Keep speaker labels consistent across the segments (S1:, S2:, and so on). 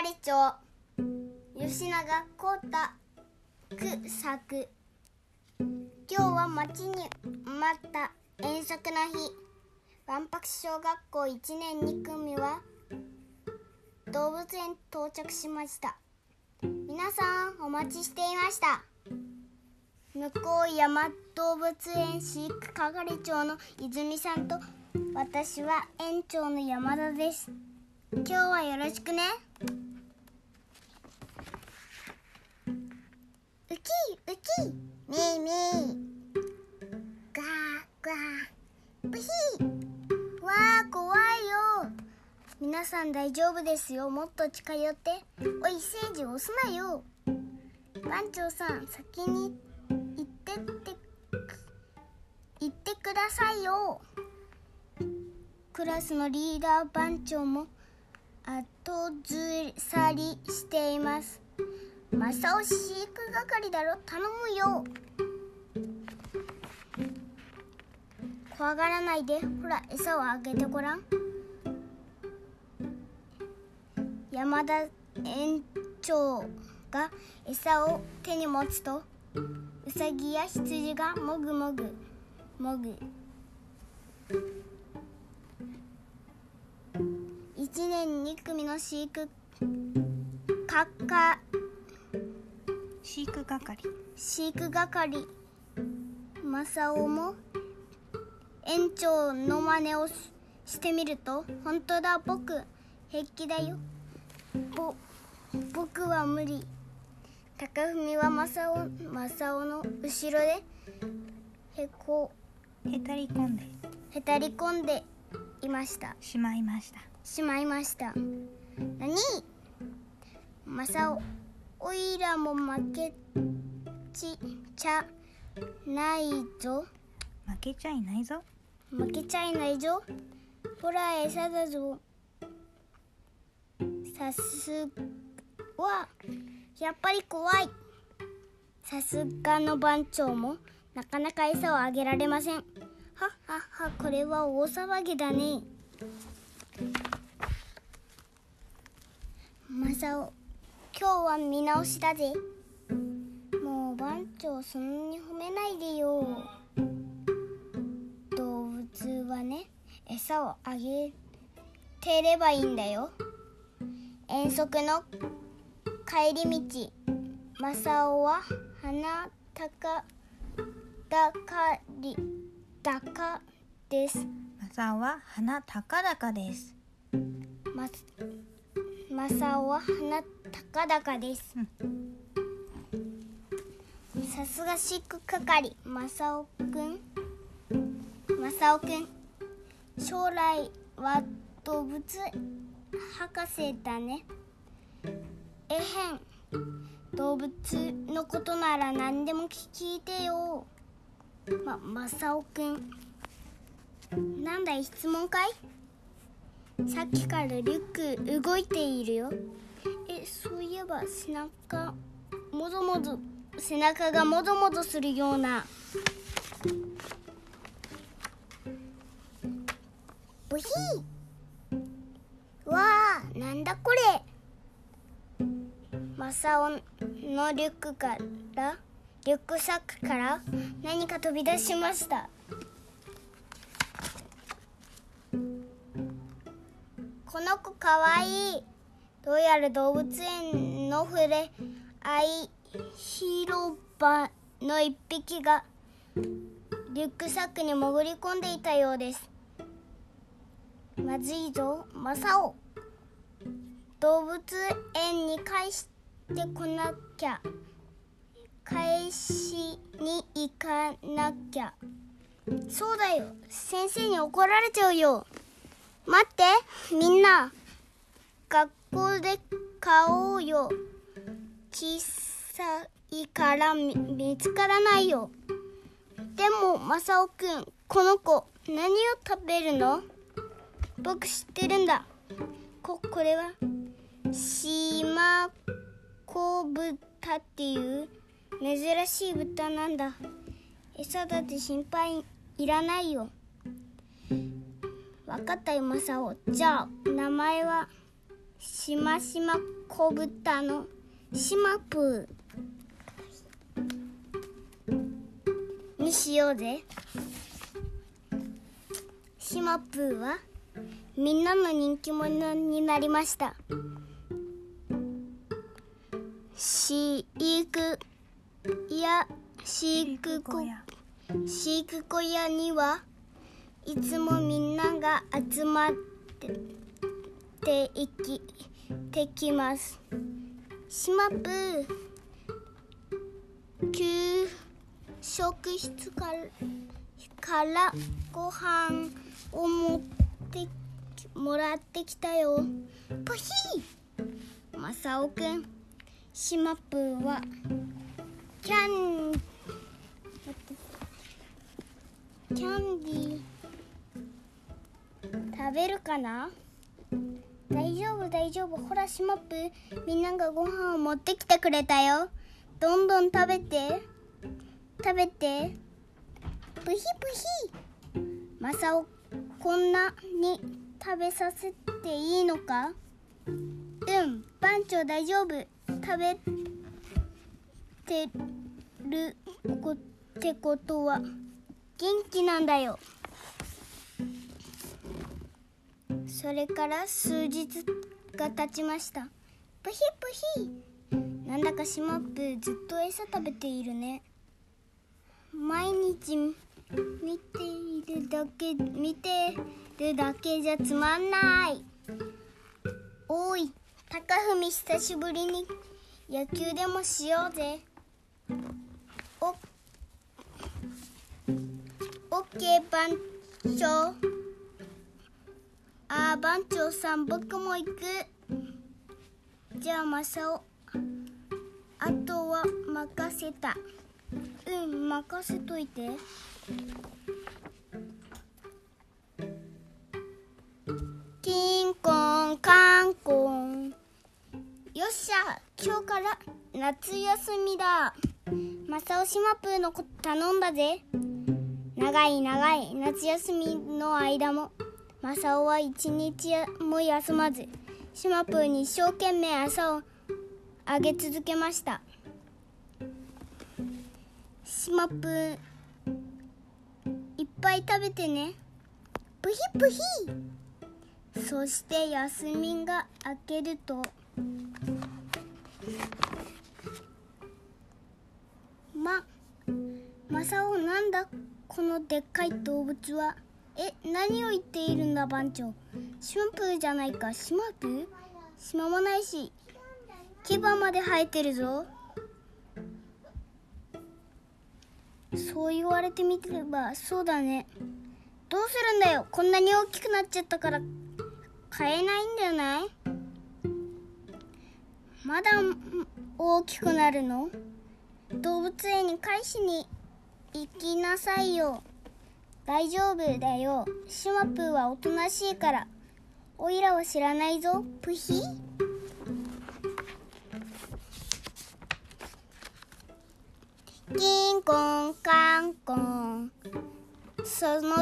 S1: 係長吉永浩太作。今日は待ちに待った遠足の日。わんぱく小学校1年2組は動物園到着しました。皆さんお待ちしていました。向山動物園飼育係長の泉さんと私は園長の山田です。今日はよろしくね。ウキウキミーミーガーガーブヒー。わー怖いよ。皆さん大丈夫ですよ。もっと近寄って。おいセージ押すなよ。番長さん先に行ってくださいよ。クラスのリーダー番長も後ずさりしています。マサオ飼育係だろ、頼むよ。怖がらないで、ほら餌をあげてごらん。山田園長が餌を手に持つとウサギや羊がもぐもぐもぐ。1年2組の飼育係マサオも園長の真似をしてみると、本当だ、僕平気だよ。僕は無理。高文はマサオの後ろでへたり込んでしまいました。何？マサオ、おいらも負けちゃないぞ。
S2: 負けちゃいないぞ。
S1: ほら餌だぞ。さすがやっぱり怖い。さすがの番長もなかなか餌をあげられません。はっはっは、これは大騒ぎだね。マサオ、今日は見直しだぜ。もう番長そんなに褒めないでよ。動物はね、餌をあげてればいいんだよ。遠足の帰り道、マサオは鼻高々です。
S2: マサオは鼻高々です。
S1: マサオは鼻高々です。さすが飼育係、マサオくん。将来は動物博士だね。動物のことなら何でも聞いてよ。マサオくん、なんだい、質問かい？さっきからリュック動いているよ。そういえば背中がもぞもぞするような。ブヒー。わー、なんだこれ。マサオのリュックサックから何か飛び出しました。この子かわいい。どうやら動物園のふれあい広場の一匹がリュックサックに潜り込んでいたようです。まずいぞ、マサオ。動物園に返してこなきゃ。返しに行かなきゃ。そうだよ、先生に怒られちゃうよ。待って、みんな学校で買おうよ。小さいから見つからないよ。でもマサオくん、この子何を食べるの？僕知ってるんだ。これはシマコブタっていう珍しい豚なんだ。餌だって心配いらないよ。わかったよ、マサオ。じゃあ名前はしましま子豚のシマプーにしようぜ。シマプーはみんなの人気者になりました。飼育小屋にはいつもみんなが集まってきます。シマプー、給食室からご飯をもらってきたよ。ポヒー。マサオくん、シマプーはキャンディー食べるかな？大丈夫。ほらシマプー、みんながご飯を持ってきてくれたよ。どんどん食べて。プヒプヒ。マサオ、こんなに食べさせていいのか？番長大丈夫。食べてるってことは元気なんだよ。それから数日が経ちました。プヒプヒ。なんだかシマプーずっと餌食べているね。毎日見てるだけじゃつまんない。おい、高文、久しぶりに野球でもしようぜ。オッケー番長。番長さん、僕も行く。じゃあマサオ、あとは任せた。任せといて。キンコンカンコン。よっしゃ、今日から夏休みだ。マサオ、シマプーのこと頼んだぜ。長い夏休みの間もマサオは一日も休まずシマプーに一生懸命餌をあげ続けました。シマプー、いっぱい食べてね。プヒプヒ。そして休みが明けるとマサオ、なんだこのでっかい動物は。何を言っているんだ番長。シマプーじゃないか。シマプー？島もないし牙まで生えてるぞ。そう言われてみればそうだね。どうするんだよ、こんなに大きくなっちゃったから飼えないんだよない。まだ大きくなるの？動物園に返しに行きなさいよ。大丈夫だよ、シマプーはおとなしいから。おいらは知らないぞ。プヒ。キンコンカンコン。その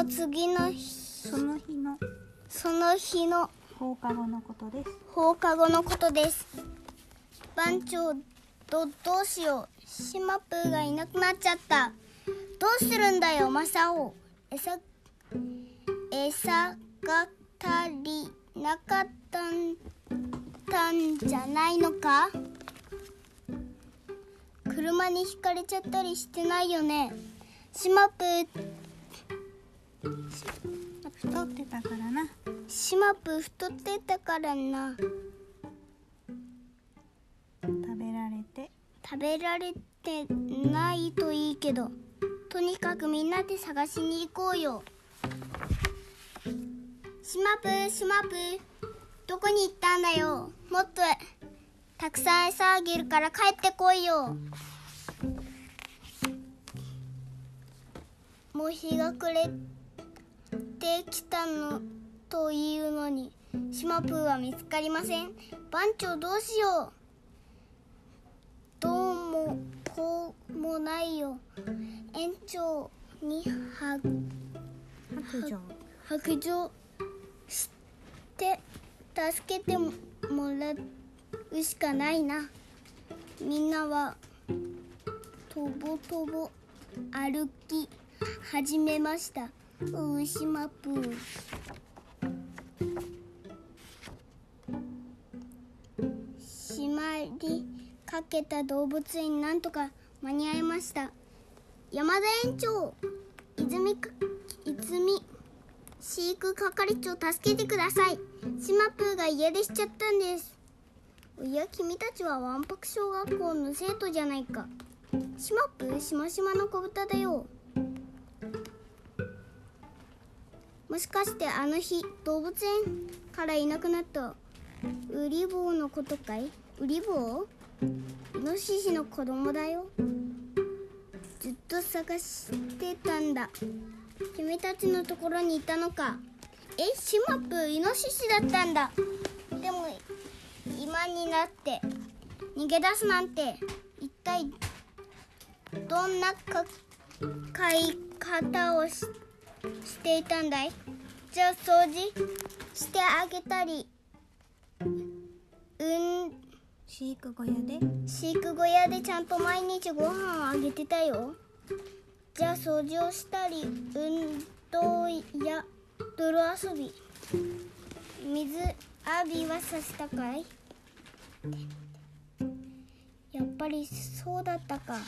S1: 日の
S2: 放課後のことです。
S1: 番長、どうしよう。シマプーがいなくなっちゃった。どうするんだよマサオ。餌が足りなかったんじゃないのか？車にひかれちゃったりしてないよね。シマプー
S2: 太ってたからな。
S1: シマプー太ってたからな。
S2: 食べられてないといいけど、とにかくみんなで探しに行こうよ。
S1: シマプー、どこに行ったんだよ。もっとたくさん餌あげるから帰ってこいよ。もう日が暮れてきたのというのにシマプーは見つかりません。番長、どうしよう。どうもこうもないよ。園長に白状して助けてもらっうしかないな。みんなはとぼとぼ歩き始めました。シマップ閉まりかけた動物園になんとか間に合いました。山田園長、泉飼育係長、助けてください。シマプーが家出しちゃったんです。いや、君たちはわんぱく小学校の生徒じゃないか。シマプー、しましまの子豚だよ。もしかしてあの日動物園からいなくなったウリ坊のことかい？ウリ坊？イノシシの子供だよ。ずっと探してたんだ。君たちのところにいたのか。シマプー、イノシシだったんだ。でも今になって逃げ出すなんて、一体どんな飼い方をしていたんだい？じゃあ掃除してあげたり、
S2: 飼育小屋で
S1: ちゃんと毎日ご飯をあげてたよ。じゃあ掃除をしたり、運動や泥遊び、水浴びはさせたかい？やっぱりそうだったか。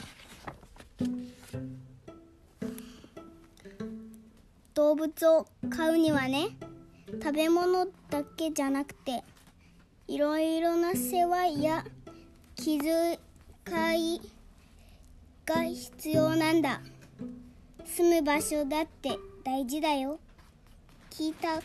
S1: 動物を飼うにはね、食べ物だけじゃなくていろいろな世話や気遣いが必要なんだ。住む場所だって大事だよ。聞いた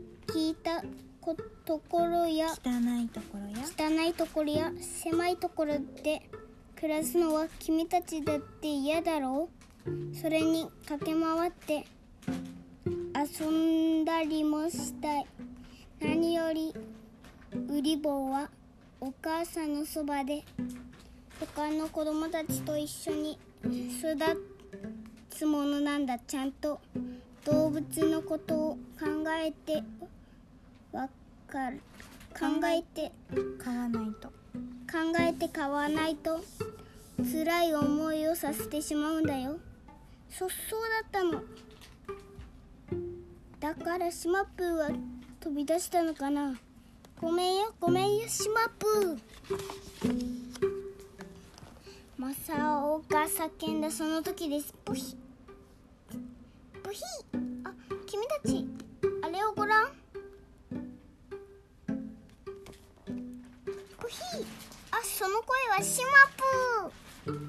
S1: ところや
S2: 汚いところや
S1: 狭いところで暮らすのは君たちだって嫌だろう。それに駆け回って遊んだりもしたい。何よりウリ坊はお母さんのそばで他の子供たちと一緒に育つものなんだ。ちゃんと動物のことを考えて買わないと辛い思いをさせてしまうんだよ。そうだったの。だからシマプーは飛び出したのかな。ごめんよシマプー。マサオが叫んだその時です。ブヒブヒ。あ、君たちあれをごらん。ブヒ。あ、その声はシマプー。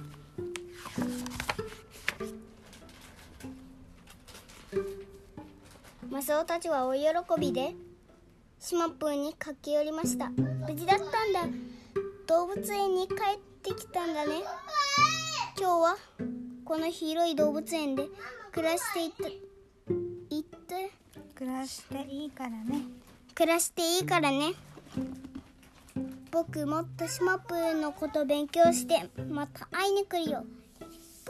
S1: マサオたちは大喜びでシマプーに駆け寄りました。無事だったんだ。動物園に帰ってきたんだね。今日はこの広い動物園で暮らしていいからね。僕もっとシマプーのこと勉強してまた会いに来るよ。ブ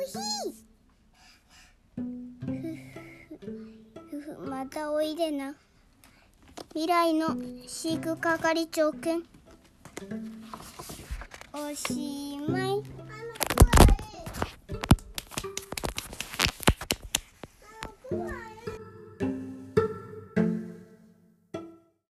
S1: ヒー。またおいでな。未来の飼育係長くん。おしまい。